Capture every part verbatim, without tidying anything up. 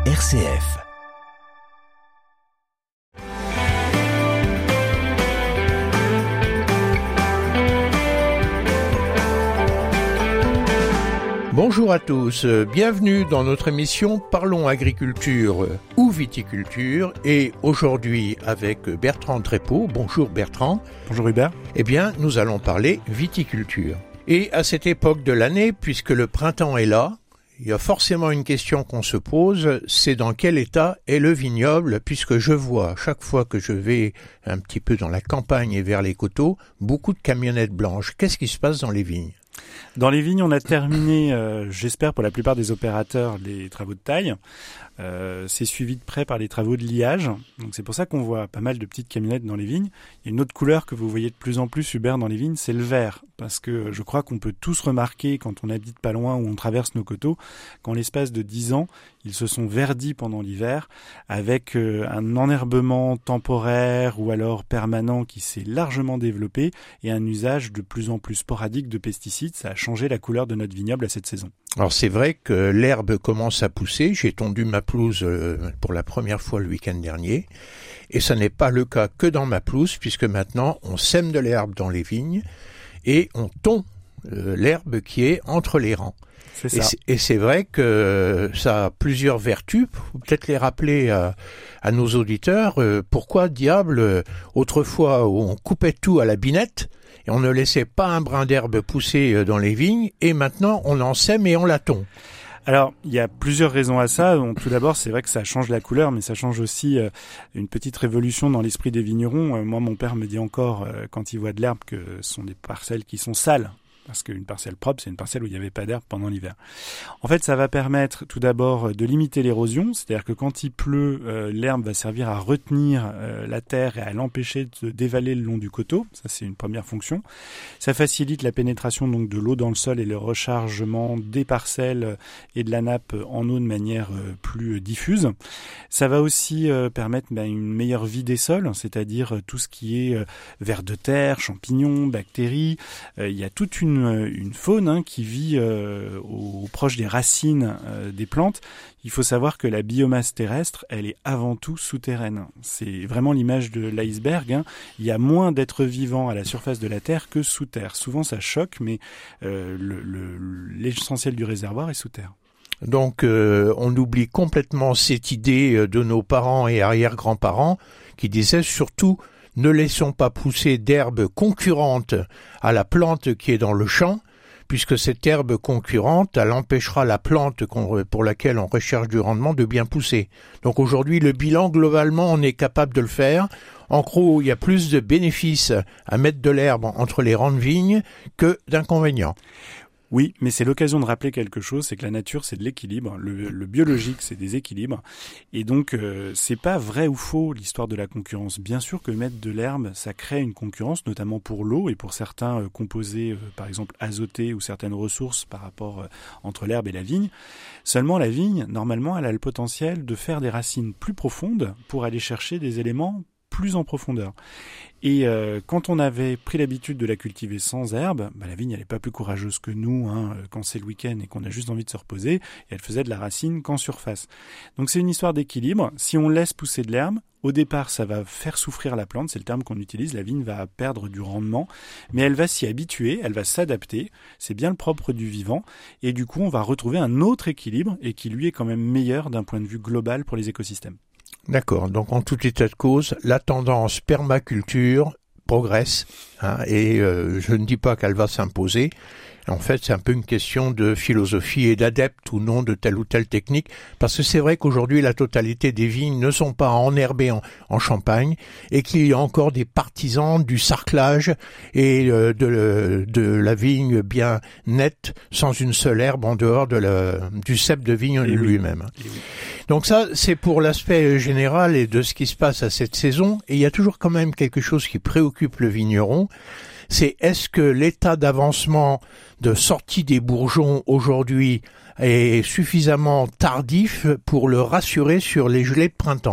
R C F. Bonjour à tous, bienvenue dans notre émission Parlons agriculture ou viticulture, et aujourd'hui avec Bertrand Trépeau. Bonjour Bertrand. Bonjour Hubert. Eh bien, nous allons parler viticulture. Et à cette époque de l'année, puisque le printemps est là, il y a forcément une question qu'on se pose, c'est dans quel état est le vignoble, puisque je vois, chaque fois que je vais un petit peu dans la campagne et vers les coteaux, beaucoup de camionnettes blanches. Qu'est-ce qui se passe dans les vignes ? Dans les vignes, on a terminé, euh, j'espère pour la plupart des opérateurs, les travaux de taille. Euh, c'est suivi de près par les travaux de liage. Donc c'est pour ça qu'on voit pas mal de petites camionnettes dans les vignes. Il y a une autre couleur que vous voyez de plus en plus, Hubert, dans les vignes, c'est le vert. Parce que je crois qu'on peut tous remarquer quand on habite pas loin ou on traverse nos coteaux, qu'en l'espace de dix ans, ils se sont verdis pendant l'hiver avec euh, un enherbement temporaire ou alors permanent qui s'est largement développé et un usage de plus en plus sporadique de pesticides. Ça a changé la couleur de notre vignoble à cette saison. Alors c'est vrai que l'herbe commence à pousser. J'ai tondu ma pelouse pour la première fois le week-end dernier. Et ça n'est pas le cas que dans ma pelouse, puisque maintenant on sème de l'herbe dans les vignes et on tond euh, l'herbe qui est entre les rangs. C'est ça. Et, c'est, et c'est vrai que ça a plusieurs vertus. Faut peut-être les rappeler à, à nos auditeurs. Euh, pourquoi diable, euh, autrefois on coupait tout à la binette et on ne laissait pas un brin d'herbe pousser dans les vignes, et maintenant on en sème et on la tond. Alors, il y a plusieurs raisons à ça. Donc, tout d'abord, c'est vrai que ça change la couleur, mais ça change aussi euh, une petite révolution dans l'esprit des vignerons. Euh, moi, mon père me dit encore, euh, quand il voit de l'herbe, que ce sont des parcelles qui sont sales. Parce qu'une parcelle propre, c'est une parcelle où il n'y avait pas d'herbe pendant l'hiver. En fait, ça va permettre tout d'abord de limiter l'érosion, c'est-à-dire que quand il pleut, euh, l'herbe va servir à retenir euh, la terre et à l'empêcher de dévaler le long du coteau. Ça, c'est une première fonction. Ça facilite la pénétration donc de l'eau dans le sol et le rechargement des parcelles et de la nappe en eau de manière euh, plus diffuse. Ça va aussi euh, permettre ben, une meilleure vie des sols, c'est-à-dire euh, tout ce qui est euh, vers de terre, champignons, bactéries. Euh, il y a toute une une faune hein, qui vit euh, au, au proche des racines euh, des plantes. Il faut savoir que la biomasse terrestre, elle est avant tout souterraine. C'est vraiment l'image de l'iceberg. Hein. Il y a moins d'êtres vivants à la surface de la Terre que sous terre. Souvent ça choque, mais euh, le, le, l'essentiel du réservoir est sous terre. Donc euh, on oublie complètement cette idée de nos parents et arrière-grands-parents qui disaient surtout: ne laissons pas pousser d'herbe concurrente à la plante qui est dans le champ, puisque cette herbe concurrente, elle empêchera la plante qu'on, pour laquelle on recherche du rendement de bien pousser. Donc aujourd'hui, le bilan, globalement, on est capable de le faire. En gros, il y a plus de bénéfices à mettre de l'herbe entre les rangs de vignes que d'inconvénients. Oui, mais c'est l'occasion de rappeler quelque chose, c'est que la nature, c'est de l'équilibre. Le, le biologique, c'est des équilibres. Et donc, euh, c'est pas vrai ou faux l'histoire de la concurrence. Bien sûr que mettre de l'herbe, ça crée une concurrence, notamment pour l'eau et pour certains euh, composés, euh, par exemple azotés ou certaines ressources par rapport euh, entre l'herbe et la vigne. Seulement, la vigne, normalement, elle a le potentiel de faire des racines plus profondes pour aller chercher des éléments plus en profondeur. Et euh, quand on avait pris l'habitude de la cultiver sans herbe, bah, la vigne elle n'est pas plus courageuse que nous hein, quand c'est le week-end et qu'on a juste envie de se reposer, et elle faisait de la racine qu'en surface. Donc c'est une histoire d'équilibre. Si on laisse pousser de l'herbe, au départ ça va faire souffrir la plante, c'est le terme qu'on utilise, la vigne va perdre du rendement, mais elle va s'y habituer, elle va s'adapter, c'est bien le propre du vivant, et du coup on va retrouver un autre équilibre, et qui lui est quand même meilleur d'un point de vue global pour les écosystèmes. D'accord, donc en tout état de cause, la tendance permaculture progresse, hein, et euh, je ne dis pas qu'elle va s'imposer. En fait, c'est un peu une question de philosophie et d'adepte ou non de telle ou telle technique, parce que c'est vrai qu'aujourd'hui, la totalité des vignes ne sont pas enherbées en, en Champagne, et qu'il y a encore des partisans du sarclage et euh, de, de la vigne bien nette, sans une seule herbe en dehors de la, du cep de vigne et lui-même. Oui. Oui. Donc ça, c'est pour l'aspect général et de ce qui se passe à cette saison, et il y a toujours quand même quelque chose qui préoccupe le vigneron, c'est est-ce que l'état d'avancement de sortie des bourgeons aujourd'hui est suffisamment tardif pour le rassurer sur les gelées de printemps ?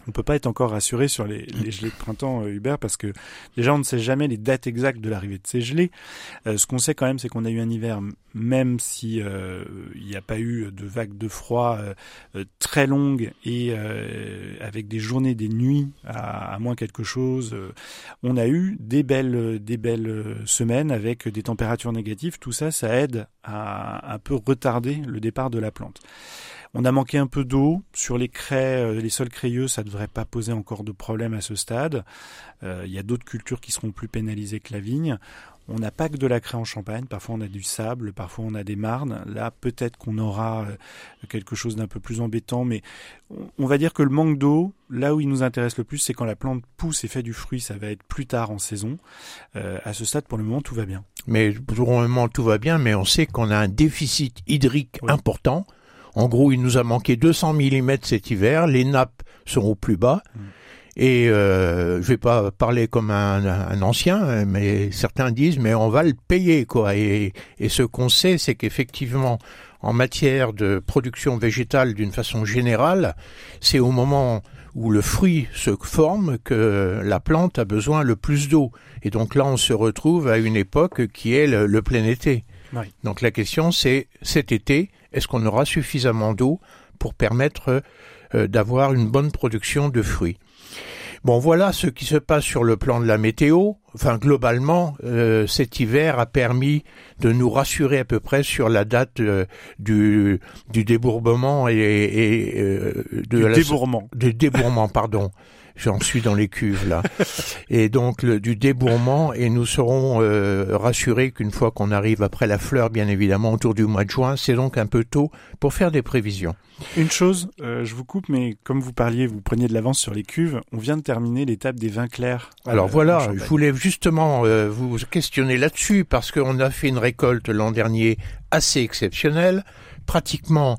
on peut pas être encore rassuré sur les, les gelées de printemps, euh, Hubert, parce que déjà on ne sait jamais les dates exactes de l'arrivée de ces gelées. Euh, ce qu'on sait quand même, c'est qu'on a eu un hiver, même si euh, il n'y a pas eu de vagues de froid euh, euh, très longues et euh, avec des journées, des nuits à, à moins quelque chose, euh, on a eu des belles, des belles semaines avec des températures négatives. Tout ça, ça aide à un peu retarder le départ de la plante. On a manqué un peu d'eau sur les craies, les sols crayeux, ça ne devrait pas poser encore de problème à ce stade. Euh, il y a d'autres cultures qui seront plus pénalisées que la vigne. On n'a pas que de la craie en Champagne, parfois on a du sable, parfois on a des marnes. Là, peut-être qu'on aura quelque chose d'un peu plus embêtant, mais on va dire que le manque d'eau, là où il nous intéresse le plus, c'est quand la plante pousse et fait du fruit, ça va être plus tard en saison. Euh, à ce stade, pour le moment, tout va bien. Mais pour le moment, tout va bien, mais on sait qu'on a un déficit hydrique oui. important. En gros, il nous a manqué deux cents millimètres cet hiver, les nappes sont au plus bas. Mmh. Et euh, je vais pas parler comme un, un ancien, mais certains disent mais on va le payer quoi. Et, et ce qu'on sait, c'est qu'effectivement, en matière de production végétale d'une façon générale, c'est au moment où le fruit se forme que la plante a besoin le plus d'eau. Et donc là, on se retrouve à une époque qui est le, le plein été. Oui. Donc la question, c'est cet été, est-ce qu'on aura suffisamment d'eau pour permettre euh, d'avoir une bonne production de fruits? Bon, voilà ce qui se passe sur le plan de la météo. Enfin, globalement, euh, cet hiver a permis de nous rassurer à peu près sur la date euh, du, du débourbement et, et euh, de du la, débourrement. Du débourrement, pardon. J'en suis dans les cuves là. Et donc le, du débourrement, et nous serons euh, rassurés qu'une fois qu'on arrive après la fleur, bien évidemment, autour du mois de juin, c'est donc un peu tôt pour faire des prévisions. Une chose, euh, je vous coupe, mais comme vous parliez, vous preniez de l'avance sur les cuves, on vient de terminer l'étape des vins clairs. Alors euh, voilà, je voulais justement euh, vous questionner là-dessus, parce qu'on a fait une récolte l'an dernier assez exceptionnelle, pratiquement...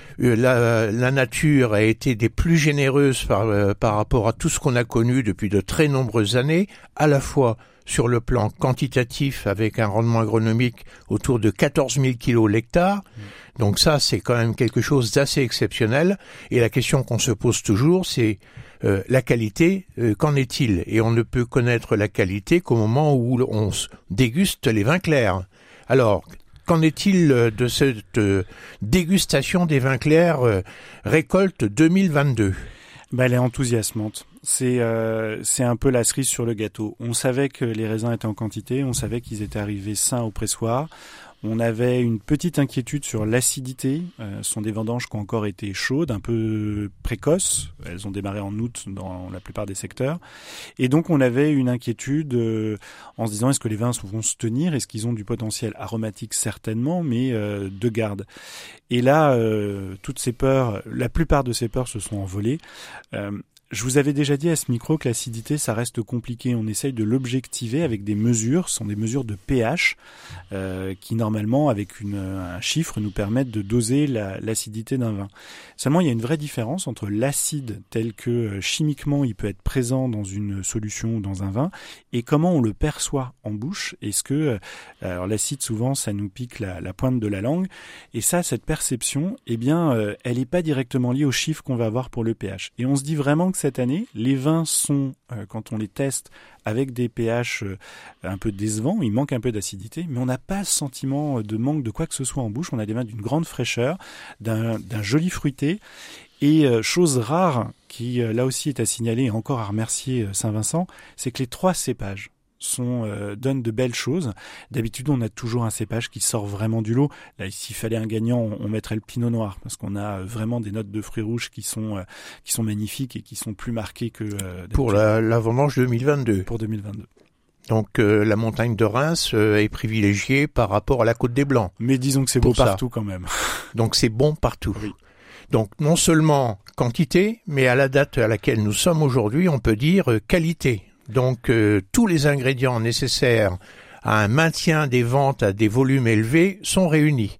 La, la nature a été des plus généreuses par, euh, par rapport à tout ce qu'on a connu depuis de très nombreuses années, à la fois sur le plan quantitatif avec un rendement agronomique autour de quatorze mille kilos l'hectare. Mmh. Donc ça, c'est quand même quelque chose d'assez exceptionnel. Et la question qu'on se pose toujours, c'est euh, la qualité, euh, qu'en est-il? Et on ne peut connaître la qualité qu'au moment où on déguste les vins clairs. Alors, qu'en est-il de cette dégustation des vins clairs euh, récolte deux mille vingt-deux? Bah, elle est enthousiasmante. C'est euh, c'est un peu la cerise sur le gâteau. On savait que les raisins étaient en quantité, on savait qu'ils étaient arrivés sains au pressoir. On avait une petite inquiétude sur l'acidité. Euh, ce sont des vendanges qui ont encore été chaudes, un peu précoces. Elles ont démarré en août dans la plupart des secteurs. Et donc, on avait une inquiétude euh, en se disant, est-ce que les vins vont se tenir? Est-ce qu'ils ont du potentiel aromatique? Certainement, mais euh, de garde. Et là, euh, toutes ces peurs, la plupart de ces peurs se sont envolées. Euh, Je vous avais déjà dit à ce micro que l'acidité, ça reste compliqué. On essaye de l'objectiver avec des mesures. Ce sont des mesures de pH euh, qui, normalement, avec une, un chiffre, nous permettent de doser la, l'acidité d'un vin. Seulement, il y a une vraie différence entre l'acide tel que euh, chimiquement il peut être présent dans une solution ou dans un vin et comment on le perçoit en bouche. Est-ce que euh, alors l'acide, souvent, ça nous pique la, la pointe de la langue. Et ça, cette perception, eh bien, euh, elle n'est pas directement liée au chiffre qu'on va avoir pour le pH. Et on se dit vraiment que cette année, les vins sont, euh, quand on les teste avec des pH euh, un peu décevants, il manque un peu d'acidité, mais on n'a pas ce sentiment de manque de quoi que ce soit en bouche. On a des vins d'une grande fraîcheur, d'un, d'un joli fruité, et euh, chose rare qui euh, là aussi est à signaler et encore à remercier euh, Saint-Vincent, c'est que les trois cépages sont euh, donnent de belles choses. D'habitude, on a toujours un cépage qui sort vraiment du lot. Là, s'il fallait un gagnant, on, on mettrait le pinot noir parce qu'on a euh, vraiment des notes de fruits rouges qui sont euh, qui sont magnifiques et qui sont plus marquées que euh, pour la, la vendange deux mille vingt-deux. Pour deux mille vingt-deux. Donc euh, la montagne de Reims euh, est privilégiée par rapport à la Côte des Blancs. Mais disons que c'est beau partout quand même. Donc c'est bon partout. Oui. Donc non seulement quantité, mais à la date à laquelle nous sommes aujourd'hui, on peut dire euh, qualité. Donc euh, tous les ingrédients nécessaires à un maintien des ventes à des volumes élevés sont réunis.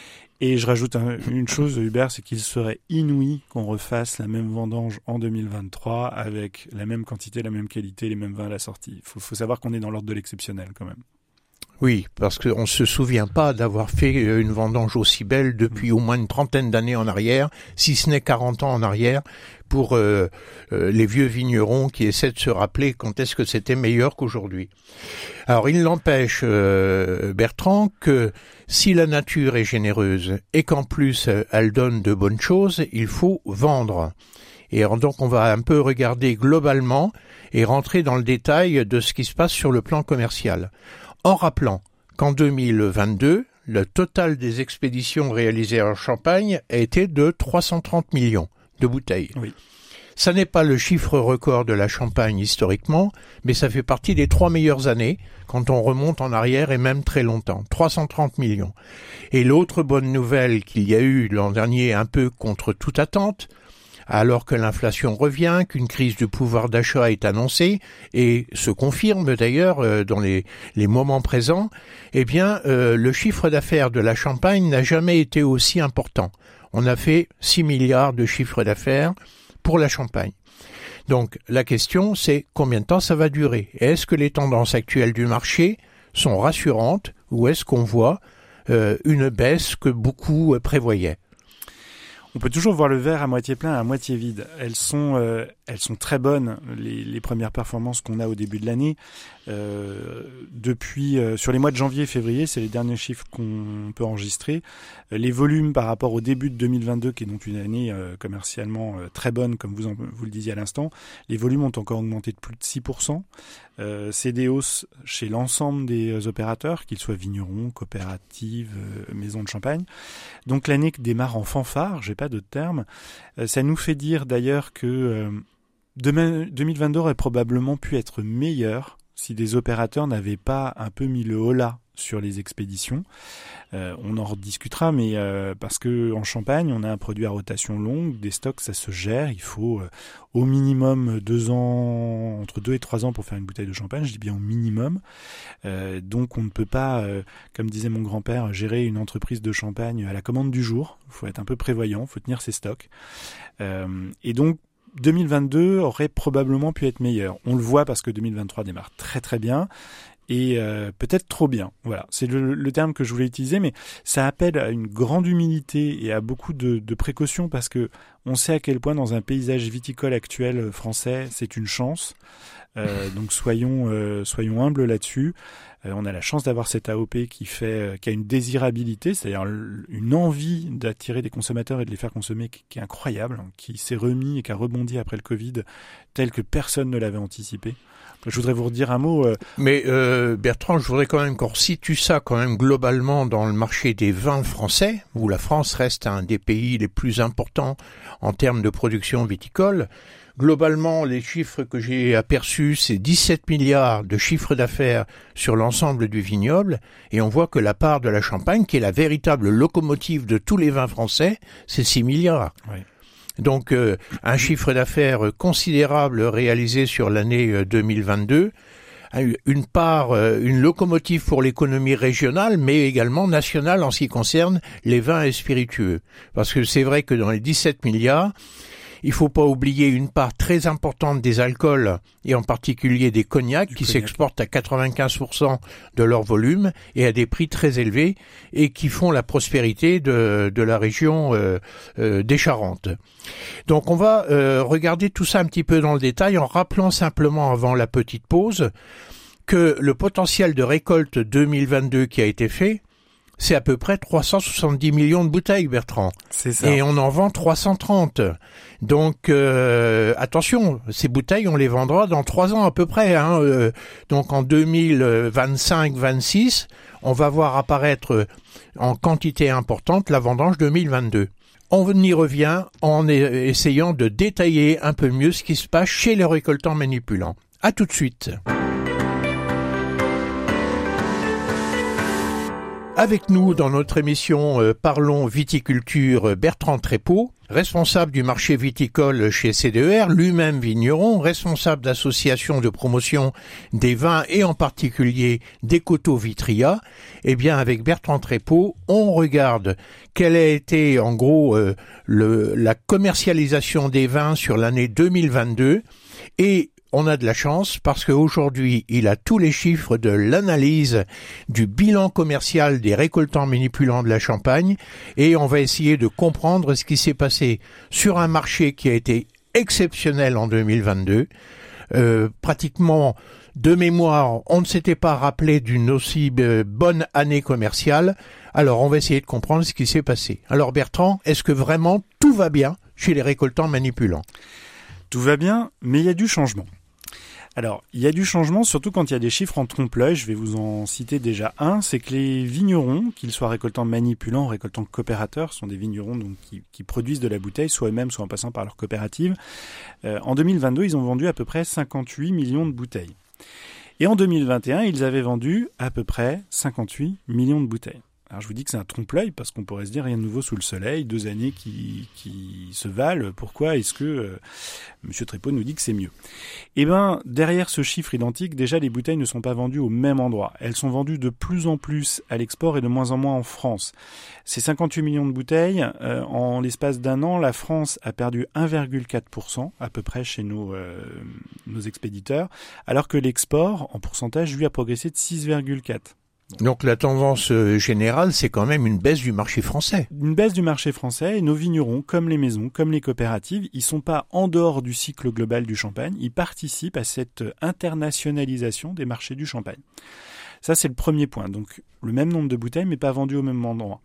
Et je rajoute un, une chose, Hubert, c'est qu'il serait inouï qu'on refasse la même vendange en deux mille vingt-trois avec la même quantité, la même qualité, les mêmes vins à la sortie. Il faut, faut savoir qu'on est dans l'ordre de l'exceptionnel quand même. Oui, parce qu'on ne se souvient pas d'avoir fait une vendange aussi belle depuis au moins une trentaine d'années en arrière, si ce n'est quarante ans en arrière, pour euh, euh, les vieux vignerons qui essaient de se rappeler quand est-ce que c'était meilleur qu'aujourd'hui. Alors il n'empêche, euh, Bertrand, que si la nature est généreuse et qu'en plus elle donne de bonnes choses, il faut vendre. Et donc on va un peu regarder globalement et rentrer dans le détail de ce qui se passe sur le plan commercial. En rappelant qu'en deux mille vingt-deux, le total des expéditions réalisées en Champagne a été de trois cent trente millions de bouteilles. Oui. Ça n'est pas le chiffre record de la Champagne historiquement, mais ça fait partie des trois meilleures années quand on remonte en arrière et même très longtemps. trois cent trente millions. Et l'autre bonne nouvelle qu'il y a eu l'an dernier un peu contre toute attente, alors que l'inflation revient, qu'une crise du pouvoir d'achat est annoncée, et se confirme d'ailleurs euh, dans les, les moments présents, eh bien, euh, le chiffre d'affaires de la Champagne n'a jamais été aussi important. On a fait six milliards de chiffre d'affaires pour la Champagne. Donc, la question, c'est combien de temps ça va durer? Est-ce que les tendances actuelles du marché sont rassurantes, ou est-ce qu'on voit euh, une baisse que beaucoup euh, prévoyaient? On peut toujours voir le verre à moitié plein, à moitié vide. Elles sont, euh, elles sont très bonnes, les, les premières performances qu'on a au début de l'année. Euh, depuis, euh, sur les mois de janvier et février, c'est les derniers chiffres qu'on peut enregistrer. Euh, les volumes par rapport au début de deux mille vingt-deux, qui est donc une année euh, commercialement euh, très bonne, comme vous, en, vous le disiez à l'instant, les volumes ont encore augmenté de plus de six pour cent. Euh, c'est des hausses chez l'ensemble des euh, opérateurs, qu'ils soient vignerons, coopératives, euh, maisons de champagne. Donc l'année démarre en fanfare, j'ai pas d'autre terme. Euh, ça nous fait dire d'ailleurs que euh, demain, deux mille vingt-deux aurait probablement pu être meilleur si des opérateurs n'avaient pas un peu mis le holà sur les expéditions. Euh, on en rediscutera, mais euh, parce que en Champagne, on a un produit à rotation longue, des stocks, ça se gère. Il faut euh, au minimum deux ans, entre deux et trois ans pour faire une bouteille de champagne. Je dis bien au minimum. Euh, donc on ne peut pas, euh, comme disait mon grand-père, gérer une entreprise de champagne à la commande du jour. Il faut être un peu prévoyant, il faut tenir ses stocks. Euh, et donc deux mille vingt-deux aurait probablement pu être meilleur. On le voit parce que deux mille vingt-trois démarre très très bien. Et euh, peut-être trop bien. Voilà, c'est le, le terme que je voulais utiliser, mais ça appelle à une grande humilité et à beaucoup de, de précautions parce que on sait à quel point dans un paysage viticole actuel français, c'est une chance. Euh, donc soyons euh, soyons humbles là-dessus. Euh, on a la chance d'avoir cette A O P qui fait euh, qui a une désirabilité, c'est-à-dire une envie d'attirer des consommateurs et de les faire consommer qui, qui est incroyable, qui s'est remis et qui a rebondi après le Covid tel que personne ne l'avait anticipé. Je voudrais vous redire un mot. Euh... Mais euh, Bertrand, je voudrais quand même qu'on situe ça quand même globalement dans le marché des vins français, où la France reste un des pays les plus importants en termes de production viticole. Globalement, les chiffres que j'ai aperçus, c'est dix-sept milliards de chiffre d'affaires sur l'ensemble du vignoble, et on voit que la part de la Champagne, qui est la véritable locomotive de tous les vins français, c'est six milliards. Oui. Donc euh, un chiffre d'affaires considérable réalisé sur l'année deux mille vingt-deux, une part, une locomotive pour l'économie régionale, mais également nationale en ce qui concerne les vins et spiritueux. Parce que c'est vrai que dans les dix-sept milliards, il faut pas oublier une part très importante des alcools, et en particulier des cognacs, du qui cognac. s'exportent à quatre-vingt-quinze pour cent de leur volume et à des prix très élevés, et qui font la prospérité de, de la région euh, euh, des Charentes. Donc on va euh, regarder tout ça un petit peu dans le détail, en rappelant simplement avant la petite pause que le potentiel de récolte deux mille vingt-deux qui a été fait, c'est à peu près trois cent soixante-dix millions de bouteilles, Bertrand. C'est ça. Et on en vend trois cent trente. Donc, euh, attention, ces bouteilles, on les vendra dans trois ans à peu près. Hein. Euh, donc, en deux mille vingt-cinq vingt-six, on va voir apparaître en quantité importante la vendange deux mille vingt-deux. On y revient en essayant de détailler un peu mieux ce qui se passe chez les récoltants manipulants. À tout de suite. Avec nous dans notre émission euh, Parlons Viticulture, Bertrand Trépeau, responsable du marché viticole chez C D E R, lui-même vigneron, responsable d'association de promotion des vins et en particulier des Coteaux Vitria. Eh bien, avec Bertrand Trépeau, on regarde quelle a été en gros euh, le, la commercialisation des vins sur l'année deux mille vingt-deux et on a de la chance parce qu'aujourd'hui, il a tous les chiffres de l'analyse du bilan commercial des récoltants manipulants de la Champagne et on va essayer de comprendre ce qui s'est passé sur un marché qui a été exceptionnel en deux mille vingt-deux. Euh, pratiquement de mémoire, on ne s'était pas rappelé d'une aussi bonne année commerciale. Alors, on va essayer de comprendre ce qui s'est passé. Alors, Bertrand, est-ce que vraiment tout va bien chez les récoltants manipulants ? Tout va bien, mais il y a du changement. Alors, il y a du changement, surtout quand il y a des chiffres en trompe-l'œil. Je vais vous en citer déjà un. C'est que les vignerons, qu'ils soient récoltants manipulants ou récoltants coopérateurs, sont des vignerons donc, qui, qui produisent de la bouteille, soit eux-mêmes, soit en passant par leur coopérative. Euh, en deux mille vingt-deux, ils ont vendu à peu près cinquante-huit millions de bouteilles. Et en deux mille vingt et un, ils avaient vendu à peu près cinquante-huit millions de bouteilles. Alors je vous dis que c'est un trompe-l'œil parce qu'on pourrait se dire rien de nouveau sous le soleil, deux années qui, qui se valent, pourquoi est-ce que euh, M. Trépeau nous dit que c'est mieux ? Eh bien, derrière ce chiffre identique, déjà les bouteilles ne sont pas vendues au même endroit. Elles sont vendues de plus en plus à l'export et de moins en moins en France. Ces cinquante-huit millions de bouteilles, euh, en l'espace d'un an, la France a perdu un virgule quatre pour cent à peu près chez nos, euh, nos expéditeurs, alors que l'export, en pourcentage, lui a progressé de six virgule quatre pour cent. Donc la tendance générale, c'est quand même une baisse du marché français. Une baisse du marché français et nos vignerons, comme les maisons, comme les coopératives, ils sont pas en dehors du cycle global du champagne, ils participent à cette internationalisation des marchés du champagne. Ça, c'est le premier point. Donc le même nombre de bouteilles, mais pas vendues au même endroit.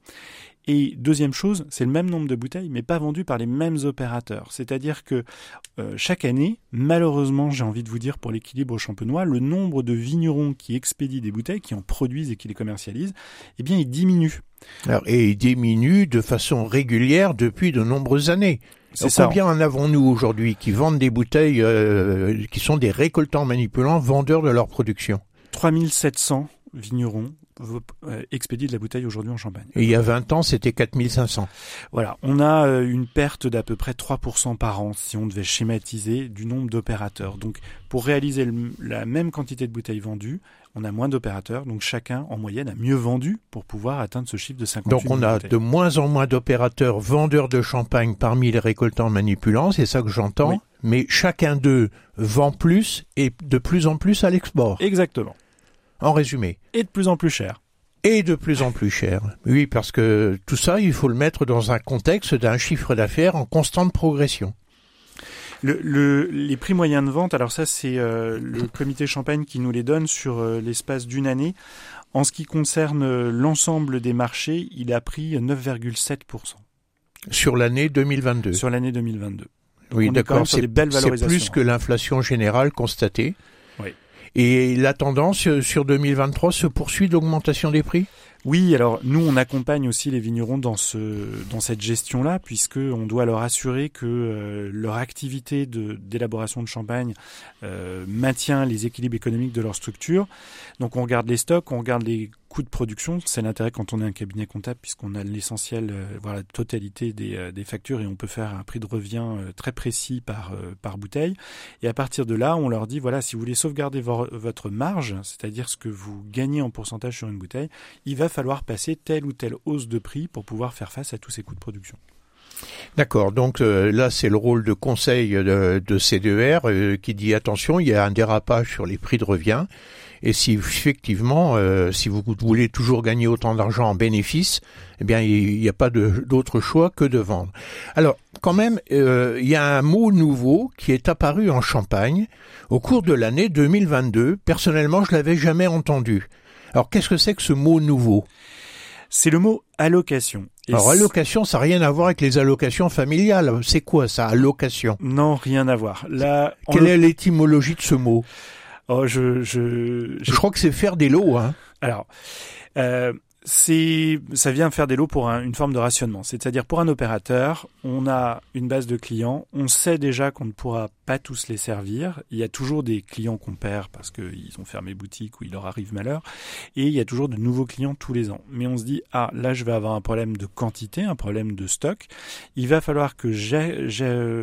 Et deuxième chose, c'est le même nombre de bouteilles, mais pas vendues par les mêmes opérateurs. C'est-à-dire que euh, chaque année, malheureusement, j'ai envie de vous dire pour l'équilibre champenois, le nombre de vignerons qui expédient des bouteilles, qui en produisent et qui les commercialisent, eh bien, il diminue. Alors, et il diminue de façon régulière depuis de nombreuses années. C'est ça. Combien en avons-nous aujourd'hui qui vendent des bouteilles, euh, qui sont des récoltants manipulants, vendeurs de leur production ? trois mille sept cents vignerons expédient de la bouteille aujourd'hui en Champagne. Et il y a vingt ans, c'était quatre mille cinq cents. Voilà, on a une perte d'à peu près trois pour cent par an, si on devait schématiser, du nombre d'opérateurs. Donc, pour réaliser le, la même quantité de bouteilles vendues, on a moins d'opérateurs, donc chacun, en moyenne, a mieux vendu pour pouvoir atteindre ce chiffre de cinquante-huit. Donc, on a de moins en moins d'opérateurs vendeurs de champagne parmi les récoltants manipulants, c'est ça que j'entends, oui. Mais chacun d'eux vend plus et de plus en plus à l'export. Exactement. En résumé. Et de plus en plus cher. Et de plus en plus cher. Oui, parce que tout ça, il faut le mettre dans un contexte d'un chiffre d'affaires en constante progression. Le, le, les prix moyens de vente, alors ça, c'est euh, le comité Champagne qui nous les donne sur euh, l'espace d'une année. En ce qui concerne euh, l'ensemble des marchés, il a pris neuf virgule sept pour cent. Sur l'année deux mille vingt-deux. Sur l'année deux mille vingt-deux. Donc oui, on d'accord. C'est, c'est plus que l'inflation générale constatée. Oui. Et la tendance sur deux mille vingt-trois se poursuit d'augmentation des prix ? Oui, alors nous on accompagne aussi les vignerons dans ce dans cette gestion-là, puisque on doit leur assurer que euh, leur activité de d'élaboration de champagne euh, maintient les équilibres économiques de leur structure. Donc on regarde les stocks, on regarde les coûts de production. C'est l'intérêt quand on est un cabinet comptable, puisqu'on a l'essentiel, euh, voilà, la totalité des euh, des factures et on peut faire un prix de revient euh, très précis par euh, par bouteille. Et à partir de là, on leur dit voilà, si vous voulez sauvegarder vo- votre marge, c'est-à-dire ce que vous gagnez en pourcentage sur une bouteille, il va falloir passer telle ou telle hausse de prix pour pouvoir faire face à tous ces coûts de production. D'accord, donc euh, là c'est le rôle de conseil de, de C D E R euh, qui dit attention, il y a un dérapage sur les prix de revient et si effectivement, euh, si vous voulez toujours gagner autant d'argent en bénéfice, eh bien il n'y a pas de, d'autre choix que de vendre. Alors quand même, euh, il y a un mot nouveau qui est apparu en Champagne au cours de l'année deux mille vingt-deux. Personnellement, je l'avais jamais entendu. Alors, qu'est-ce que c'est que ce mot nouveau ? C'est le mot allocation. Et Alors, allocation, ça n'a rien à voir avec les allocations familiales. C'est quoi ça, allocation ? Non, rien à voir. Là, Quelle le... est l'étymologie de ce mot ? Oh, je, je, je... je crois que c'est faire des lots, hein. Alors, euh, c'est, ça vient faire des lots pour un, une forme de rationnement. C'est-à-dire, pour un opérateur, on a une base de clients, on sait déjà qu'on ne pourra pas tous les servir. Il y a toujours des clients qu'on perd parce qu'ils ont fermé boutique ou il leur arrive malheur. Et il y a toujours de nouveaux clients tous les ans. Mais on se dit, ah, là, je vais avoir un problème de quantité, un problème de stock. Il va falloir que j'ai... j'ai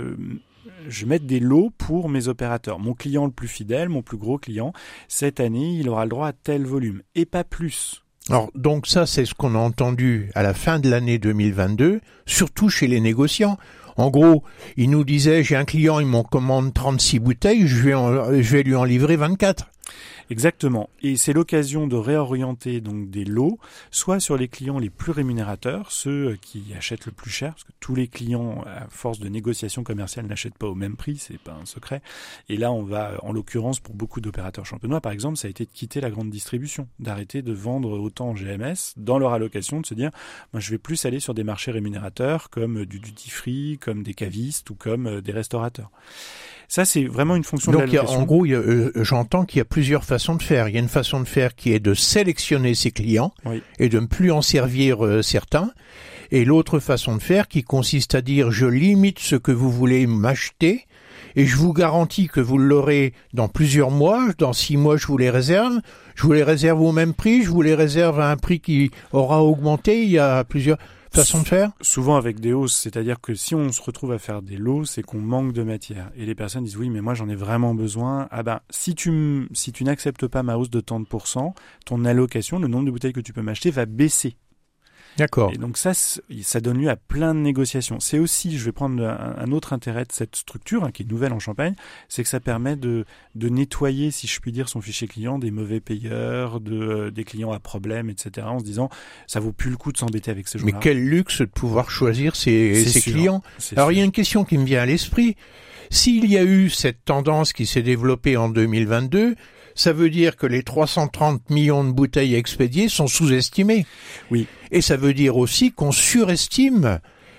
je mette des lots pour mes opérateurs. Mon client le plus fidèle, mon plus gros client, cette année, il aura le droit à tel volume. Et pas plus. Alors, donc ça, c'est ce qu'on a entendu à la fin de l'année deux mille vingt-deux, surtout chez les négociants. En gros, il nous disait, j'ai un client, il m'en commande trente-six bouteilles, je vais, en, je vais lui en livrer vingt-quatre. Exactement. Et c'est l'occasion de réorienter donc des lots, soit sur les clients les plus rémunérateurs, ceux qui achètent le plus cher, parce que tous les clients, à force de négociations commerciales, n'achètent pas au même prix, c'est pas un secret. Et là, on va, en l'occurrence, pour beaucoup d'opérateurs champenois, par exemple, ça a été de quitter la grande distribution, d'arrêter de vendre autant en G M S dans leur allocation, de se dire, moi, je vais plus aller sur des marchés rémunérateurs comme du duty free, comme des cavistes ou comme des restaurateurs. Ça, c'est vraiment une fonction Donc, de l'allocation. Donc, en gros, il y a, euh, j'entends qu'il y a plusieurs façons de faire. Il y a une façon de faire qui est de sélectionner ses clients oui. et de ne plus en servir euh, certains. Et l'autre façon de faire qui consiste à dire, je limite ce que vous voulez m'acheter et je vous garantis que vous l'aurez dans plusieurs mois. Dans six mois, je vous les réserve. Je vous les réserve au même prix. Je vous les réserve à un prix qui aura augmenté. Il y a plusieurs... façon de faire ? Souvent avec des hausses, c'est-à-dire que si on se retrouve à faire des lots, c'est qu'on manque de matière. Et les personnes disent oui, mais moi j'en ai vraiment besoin. Ah ben, si tu m- si tu n'acceptes pas ma hausse de tant de pourcents, ton allocation, le nombre de bouteilles que tu peux m'acheter va baisser. D'accord. Et donc ça, ça donne lieu à plein de négociations. C'est aussi, je vais prendre un, un autre intérêt de cette structure, hein, qui est nouvelle en Champagne, c'est que ça permet de, de nettoyer, si je puis dire, son fichier client des mauvais payeurs, de, euh, des clients à problème, et cetera, en se disant, ça vaut plus le coup de s'embêter avec ces gens-là. Mais quel luxe de pouvoir choisir ses, ses sûr, clients. Alors sûr. Il y a une question qui me vient à l'esprit. S'il y a eu cette tendance qui s'est développée en deux mille vingt-deux, ça veut dire que les trois cent trente millions de bouteilles expédiées sont sous-estimées. Oui. Et ça veut dire aussi qu'on surestime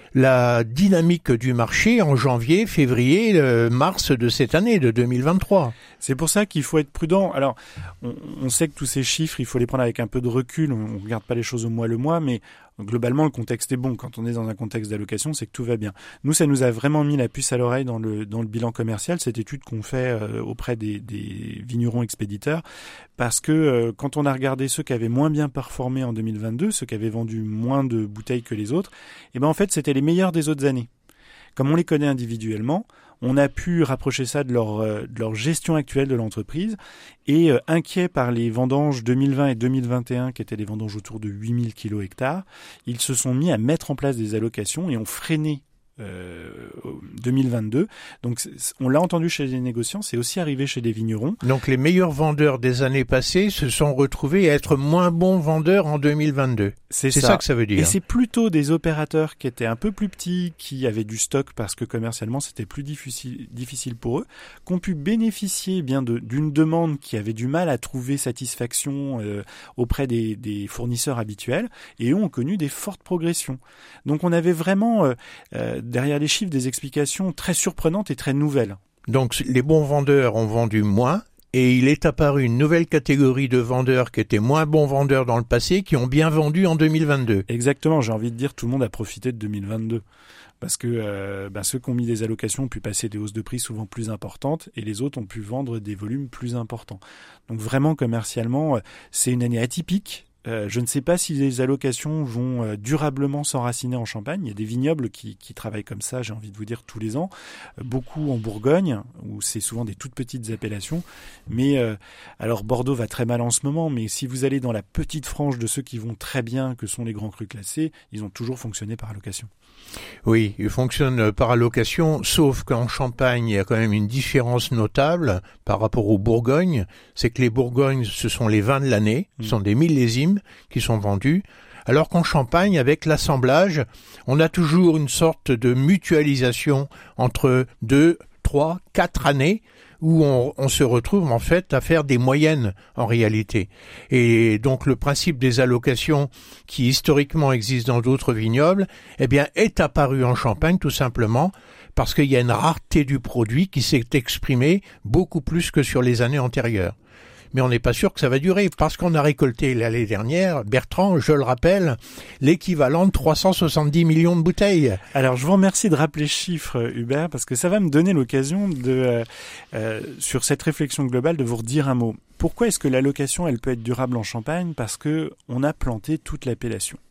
la dynamique du marché en janvier, février, euh, mars de cette année, de deux mille vingt-trois. C'est pour ça qu'il faut être prudent. Alors, on, on sait que tous ces chiffres, il faut les prendre avec un peu de recul. On ne regarde pas les choses au mois le mois, mais globalement, le contexte est bon. Quand on est dans un contexte d'allocation, c'est que tout va bien. Nous, ça nous a vraiment mis la puce à l'oreille dans le, dans le bilan commercial, cette étude qu'on fait euh, auprès des, des vignerons expéditeurs, parce que euh, quand on a regardé ceux qui avaient moins bien performé en deux mille vingt-deux, ceux qui avaient vendu moins de bouteilles que les autres, et ben en fait, c'était les meilleurs des autres années. Comme on les connaît individuellement, on a pu rapprocher ça de leur, euh, de leur gestion actuelle de l'entreprise et euh, inquiets par les vendanges deux mille vingt et deux mille vingt et un qui étaient des vendanges autour de huit mille kilos hectares, ils se sont mis à mettre en place des allocations et ont freiné Euh, deux mille vingt-deux. Donc on l'a entendu chez les négociants, c'est aussi arrivé chez des vignerons. Donc les meilleurs vendeurs des années passées se sont retrouvés à être moins bons vendeurs en deux mille vingt-deux. C'est, c'est ça. ça que ça veut dire. Et c'est plutôt des opérateurs qui étaient un peu plus petits, qui avaient du stock parce que commercialement c'était plus difficile, difficile pour eux, qui ont pu bénéficier bien de, d'une demande qui avait du mal à trouver satisfaction euh, auprès des, des fournisseurs habituels et ont connu des fortes progressions. Donc on avait vraiment euh, euh, derrière les chiffres des explications très surprenantes et très nouvelles. Donc les bons vendeurs ont vendu moins et il est apparu une nouvelle catégorie de vendeurs qui étaient moins bons vendeurs dans le passé qui ont bien vendu en deux mille vingt-deux. Exactement, j'ai envie de dire tout le monde a profité de deux mille vingt-deux. Parce que euh, ben, ceux qui ont mis des allocations ont pu passer des hausses de prix souvent plus importantes et les autres ont pu vendre des volumes plus importants. Donc vraiment commercialement, c'est une année atypique. Euh, je ne sais pas si les allocations vont euh, durablement s'enraciner en Champagne. Il y a des vignobles qui, qui travaillent comme ça, j'ai envie de vous dire, tous les ans. Euh, beaucoup en Bourgogne, où c'est souvent des toutes petites appellations. Mais euh, alors Bordeaux va très mal en ce moment, mais si vous allez dans la petite frange de ceux qui vont très bien, que sont les grands crus classés, ils ont toujours fonctionné par allocation. Oui, ils fonctionnent par allocation, sauf qu'en Champagne, il y a quand même une différence notable par rapport aux Bourgognes. C'est que les Bourgognes, ce sont les vins de l'année, ce sont des millésimes qui sont vendus, alors qu'en Champagne, avec l'assemblage, on a toujours une sorte de mutualisation entre deux, trois, quatre années, où on, on se retrouve en fait à faire des moyennes en réalité. Et donc le principe des allocations qui historiquement existent dans d'autres vignobles, eh bien est apparu en Champagne tout simplement parce qu'il y a une rareté du produit qui s'est exprimée beaucoup plus que sur les années antérieures. Mais on n'est pas sûr que ça va durer, parce qu'on a récolté l'année dernière, Bertrand, je le rappelle, l'équivalent de trois cent soixante-dix millions de bouteilles. Alors, je vous remercie de rappeler ce chiffre, Hubert, parce que ça va me donner l'occasion de, euh, euh, sur cette réflexion globale, de vous redire un mot. Pourquoi est-ce que l'allocation, elle peut être durable en Champagne ? Parce que on a planté toute l'appellation.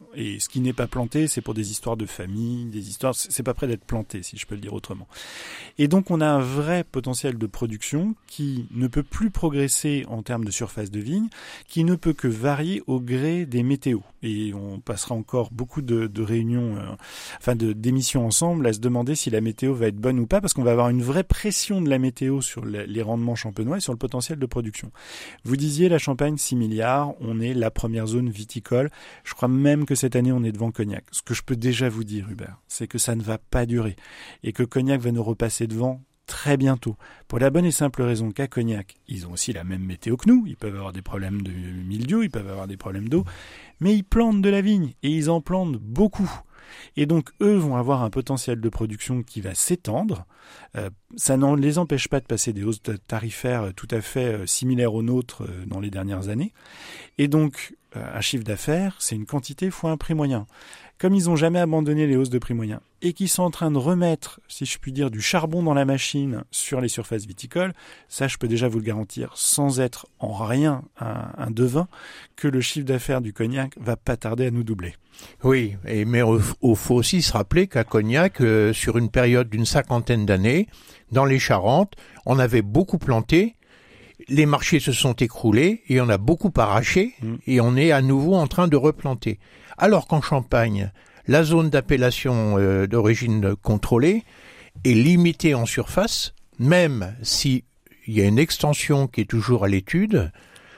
Et ce qui n'est pas planté, c'est pour des histoires de famille, des histoires, c'est pas prêt d'être planté, si je peux le dire autrement. Et donc, on a un vrai potentiel de production qui ne peut plus progresser en termes de surface de vigne, qui ne peut que varier au gré des météos. Et on passera encore beaucoup de, de réunions, euh, enfin de, d'émissions ensemble à se demander si la météo va être bonne ou pas, parce qu'on va avoir une vraie pression de la météo sur les rendements champenois et sur le potentiel de production. Vous disiez la Champagne, six milliards, on est la première zone viticole. Je crois même que cette année, on est devant Cognac. Ce que je peux déjà vous dire, Hubert, c'est que ça ne va pas durer et que Cognac va nous repasser devant très bientôt. Pour la bonne et simple raison qu'à Cognac, ils ont aussi la même météo que nous. Ils peuvent avoir des problèmes de mildiou, ils peuvent avoir des problèmes d'eau, mais ils plantent de la vigne et ils en plantent beaucoup. Et donc, eux vont avoir un potentiel de production qui va s'étendre. Euh, ça ne les empêche pas de passer des hausses tarifaires tout à fait euh, similaires aux nôtres euh, dans les dernières années. Et donc, euh, un chiffre d'affaires, c'est une quantité fois un prix moyen. Comme ils n'ont jamais abandonné les hausses de prix moyens et qu'ils sont en train de remettre, si je puis dire, du charbon dans la machine sur les surfaces viticoles, ça, je peux déjà vous le garantir, sans être en rien un, un devin, que le chiffre d'affaires du Cognac va pas tarder à nous doubler. Oui, et mais il faut aussi se rappeler qu'à Cognac, euh, sur une période d'une cinquantaine d'années, dans les Charentes, on avait beaucoup planté, les marchés se sont écroulés et on a beaucoup arraché mmh. et on est à nouveau en train de replanter. Alors qu'en Champagne, la zone d'appellation euh, d'origine contrôlée est limitée en surface, même s'il y a une extension qui est toujours à l'étude,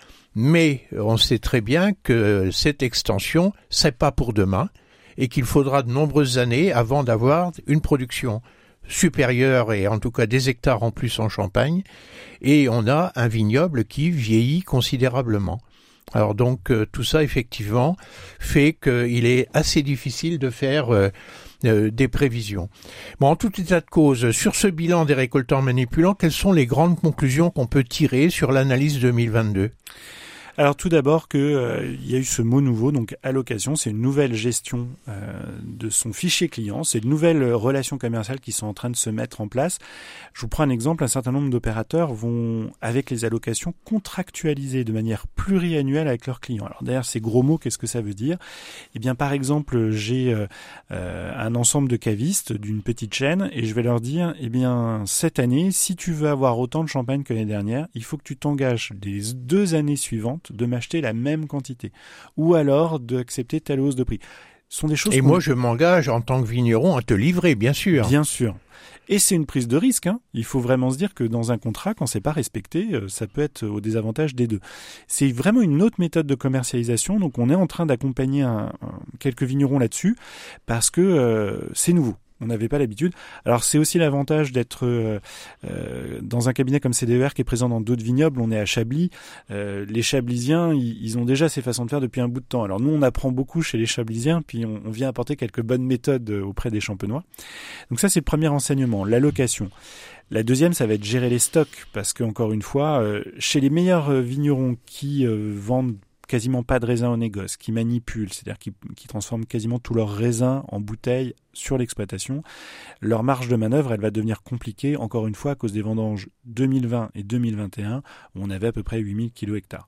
mais on sait très bien que cette extension, c'est pas pour demain et qu'il faudra de nombreuses années avant d'avoir une production supérieure et en tout cas des hectares en plus en Champagne, et on a un vignoble qui vieillit considérablement. Alors donc euh, tout ça effectivement fait qu'il est assez difficile de faire euh, euh, des prévisions. Bon, en tout état de cause, sur ce bilan des récoltants manipulants, quelles sont les grandes conclusions qu'on peut tirer sur l'analyse deux mille vingt-deux ? Alors tout d'abord que euh, il y a eu ce mot nouveau, donc allocation, c'est une nouvelle gestion euh, de son fichier client, c'est de nouvelles relations commerciales qui sont en train de se mettre en place. Je vous prends un exemple, un certain nombre d'opérateurs vont, avec les allocations, contractualiser de manière pluriannuelle avec leurs clients. Alors derrière ces gros mots, qu'est-ce que ça veut dire ? Eh bien par exemple, j'ai euh, euh, un ensemble de cavistes d'une petite chaîne et je vais leur dire, eh bien cette année, si tu veux avoir autant de champagne que l'année dernière, il faut que tu t'engages les deux années suivantes de m'acheter la même quantité, ou alors d'accepter telle hausse de prix. Ce sont des choses. Et moi, je m'engage en tant que vigneron à te livrer, bien sûr. Bien sûr. Et c'est une prise de risque. Hein. Il faut vraiment se dire que dans un contrat, quand c'est pas respecté, ça peut être au désavantage des deux. C'est vraiment une autre méthode de commercialisation. Donc, on est en train d'accompagner un, un, quelques vignerons là-dessus parce que euh, c'est nouveau. On n'avait pas l'habitude. Alors, c'est aussi l'avantage d'être euh, euh, dans un cabinet comme C D E R qui est présent dans d'autres vignobles. On est à Chablis. Euh, les Chablisiens, ils, ils ont déjà ces façons de faire depuis un bout de temps. Alors, nous, on apprend beaucoup chez les Chablisiens, puis on, on vient apporter quelques bonnes méthodes auprès des Champenois. Donc ça, c'est le premier enseignement, l'allocation. La deuxième, ça va être gérer les stocks, parce que encore une fois, euh, chez les meilleurs vignerons qui euh, vendent quasiment pas de raisins au négoce, qui manipulent, c'est-à-dire qui, qui transforment quasiment tous leurs raisins en bouteilles sur l'exploitation, leur marge de manœuvre, elle va devenir compliquée, encore une fois, à cause des vendanges deux mille vingt et deux mille vingt et un, où on avait à peu près huit mille kilos hectares.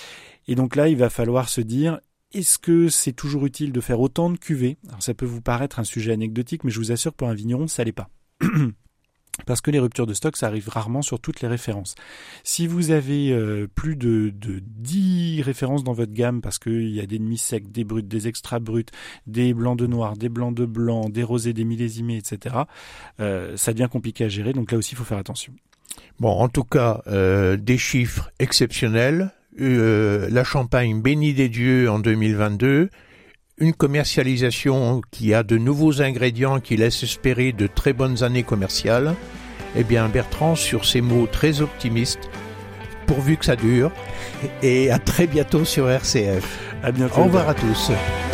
Et donc là, il va falloir se dire, est-ce que c'est toujours utile de faire autant de cuvées ? Alors ça peut vous paraître un sujet anecdotique, mais je vous assure que pour un vigneron, ça l'est pas. Parce que les ruptures de stock, ça arrive rarement sur toutes les références. Si vous avez euh, plus de, de dix références dans votre gamme, parce qu'il y a des demi-secs, des bruts, des extra bruts, des blancs de noir, des blancs de blanc, des rosés, des millésimés, et cetera, euh, ça devient compliqué à gérer. Donc là aussi, il faut faire attention. Bon, en tout cas, euh, des chiffres exceptionnels. Euh, la Champagne bénie des dieux en deux mille vingt-deux. Une commercialisation qui a de nouveaux ingrédients qui laissent espérer de très bonnes années commerciales. Eh bien, Bertrand, sur ces mots très optimistes, pourvu que ça dure, et à très bientôt sur R C F. À bientôt. Au revoir à tous.